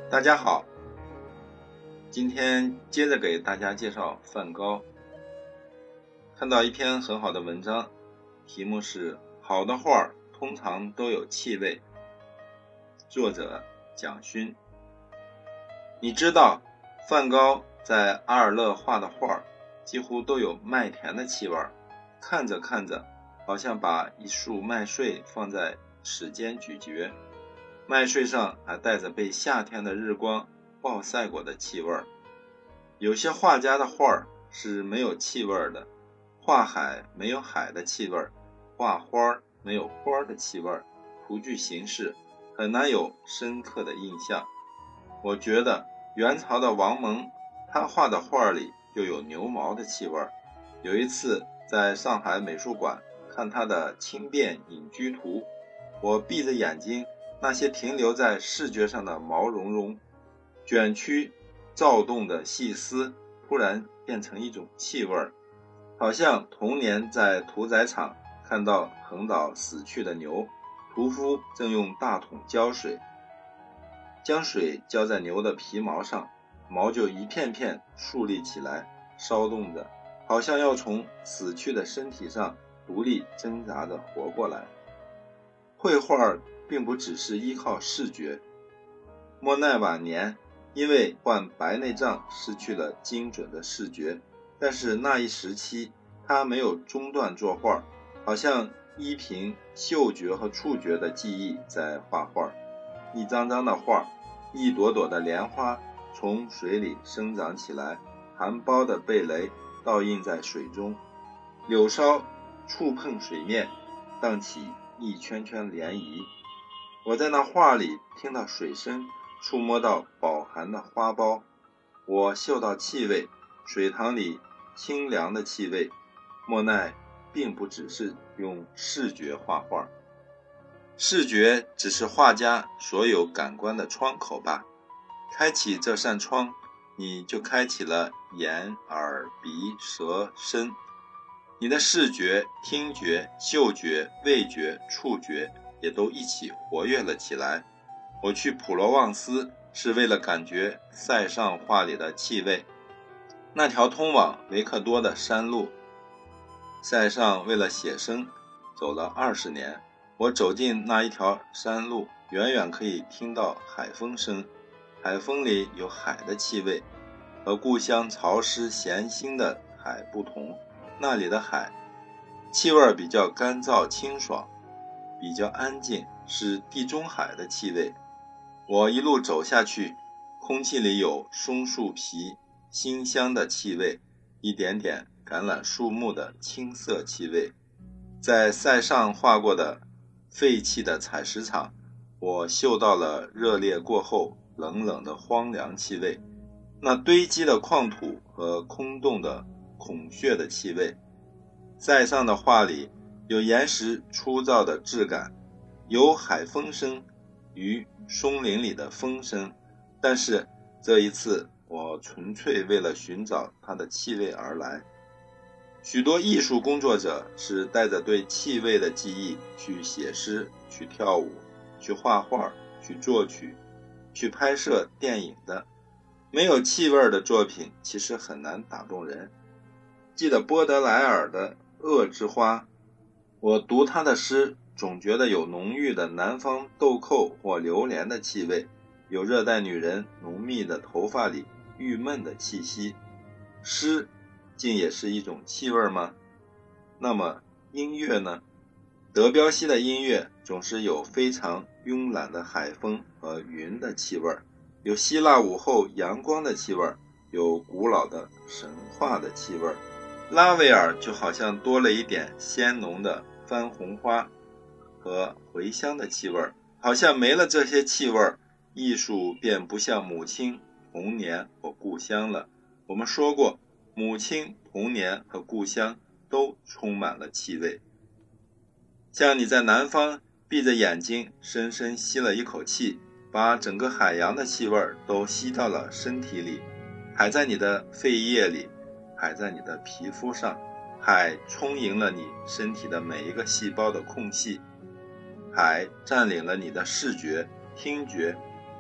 大家好，今天接着给大家介绍梵高。看到一篇很好的文章，题目是好的画通常都有气味，作者蒋勋。你知道梵高在阿尔勒画的画几乎都有麦田的气味，看着看着好像把一束麦穗放在齿间咀嚼，麦穗上还带着被夏天的日光暴晒过的气味。有些画家的画是没有气味的，画海没有海的气味，画花没有花的气味，图具形式很难有深刻的印象。我觉得元朝的王蒙，他画的画里就有牛毛的气味。有一次在上海美术馆看他的轻便隐居图，我闭着眼睛，那些停留在视觉上的毛茸茸、卷曲、躁动的细丝突然变成一种气味，好像童年在屠宰场看到横倒死去的牛，屠夫正用大桶浇水，将水浇在牛的皮毛上，毛就一片片竖立起来，骚动着，好像要从死去的身体上独立挣扎着活过来。绘画并不只是依靠视觉。莫奈晚年因为患白内障失去了精准的视觉，但是那一时期他没有中断作画，好像依凭嗅觉和触觉的记忆在画画。一张张的画，一朵朵的莲花从水里生长起来，含苞的蓓蕾倒映在水中，柳梢触碰水面，荡起一圈圈涟漪。我在那画里听到水声，触摸到饱含的花苞，我嗅到气味，水塘里清凉的气味。莫奈并不只是用视觉画画，视觉只是画家所有感官的窗口吧。开启这扇窗，你就开启了眼、耳、鼻、舌、身，你的视觉、听觉、嗅觉、味觉、触觉也都一起活跃了起来。我去普罗旺斯是为了感觉塞尚画里的气味，那条通往维克多的山路。塞尚为了写生走了20年，我走进那一条山路，远远可以听到海风声，海风里有海的气味，和故乡潮湿咸腥的海不同，那里的海气味比较干燥清爽，比较安静，是地中海的气味。我一路走下去，空气里有松树皮馨香的气味，一点点橄榄树木的青涩气味。在塞尚画过的废弃的采石场，我嗅到了热烈过后冷冷的荒凉气味，那堆积的矿土和空洞的孔穴的气味。塞尚的画里有岩石粗糙的质感，有海风声与松林里的风声，但是这一次我纯粹为了寻找它的气味而来。许多艺术工作者是带着对气味的记忆去写诗，去跳舞，去画画，去作曲，去拍摄电影的。没有气味的作品其实很难打动人。记得波德莱尔的《恶之花》，我读他的诗总觉得有浓郁的南方豆蔻或榴莲的气味，有热带女人浓密的头发里郁闷的气息。诗竟也是一种气味吗？那么音乐呢？德彪西的音乐总是有非常慵懒的海风和云的气味，有希腊午后阳光的气味，有古老的神话的气味。拉威尔就好像多了一点鲜浓的番红花和茴香的气味，好像没了这些气味，艺术便不像母亲、童年或故乡了。我们说过，母亲、童年和故乡都充满了气味。像你在南方闭着眼睛深深吸了一口气，把整个海洋的气味都吸到了身体里，海在你的肺叶里，海在你的皮肤上，海充盈了你身体的每一个细胞的空隙，海占领了你的视觉、听觉，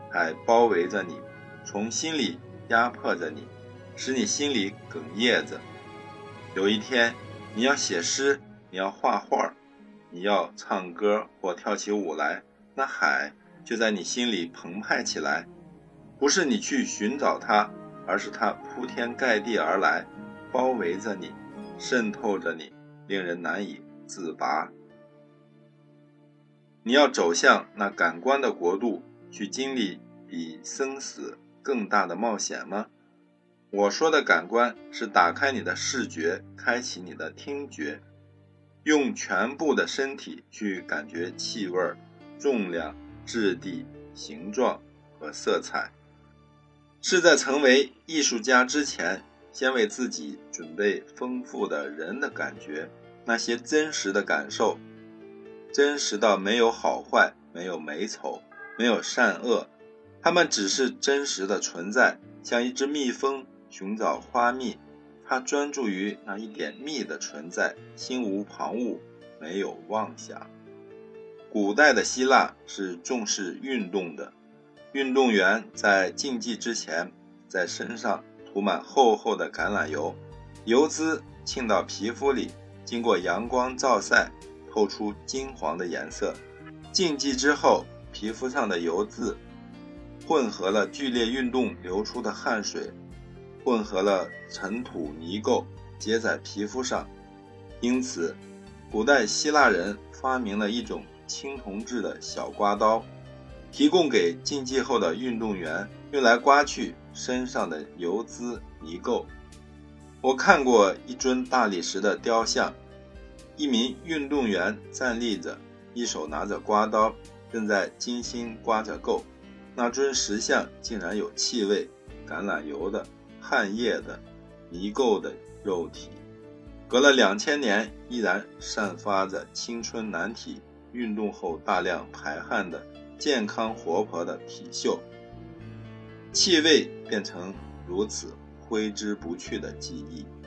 还包围着你，从心里压迫着你，使你心里哽咽着。有一天你要写诗，你要画画，你要唱歌或跳起舞来，那海就在你心里澎湃起来，不是你去寻找它，而是它铺天盖地而来，包围着你，渗透着你，令人难以自拔。你要走向那感官的国度，去经历比生死更大的冒险吗？我说的感官是打开你的视觉，开启你的听觉，用全部的身体去感觉气味、重量、质地、形状和色彩。是在成为艺术家之前，先为自己准备丰富的人的感觉，那些真实的感受，真实到没有好坏，没有美丑，没有善恶，它们只是真实的存在，像一只蜜蜂寻找花蜜，它专注于那一点蜜的存在，心无旁骛，没有妄想。古代的希腊是重视运动的，运动员在竞技之前，在身上涂满厚厚的橄榄油，油脂浸到皮肤里，经过阳光照晒，透出金黄的颜色。竞技之后，皮肤上的油渍混合了剧烈运动流出的汗水，混合了尘土泥垢，结在皮肤上。因此古代希腊人发明了一种青铜制的小刮刀，提供给竞技后的运动员用来刮去身上的油脂泥垢。我看过一尊大理石的雕像，一名运动员站立着，一手拿着刮刀，正在精心刮着垢。那尊石像竟然有气味，橄榄油的、汗液的、泥垢的肉体，隔了2000年依然散发着青春男体运动后大量排汗的健康活泼的体秀。气味变成如此挥之不去的记忆。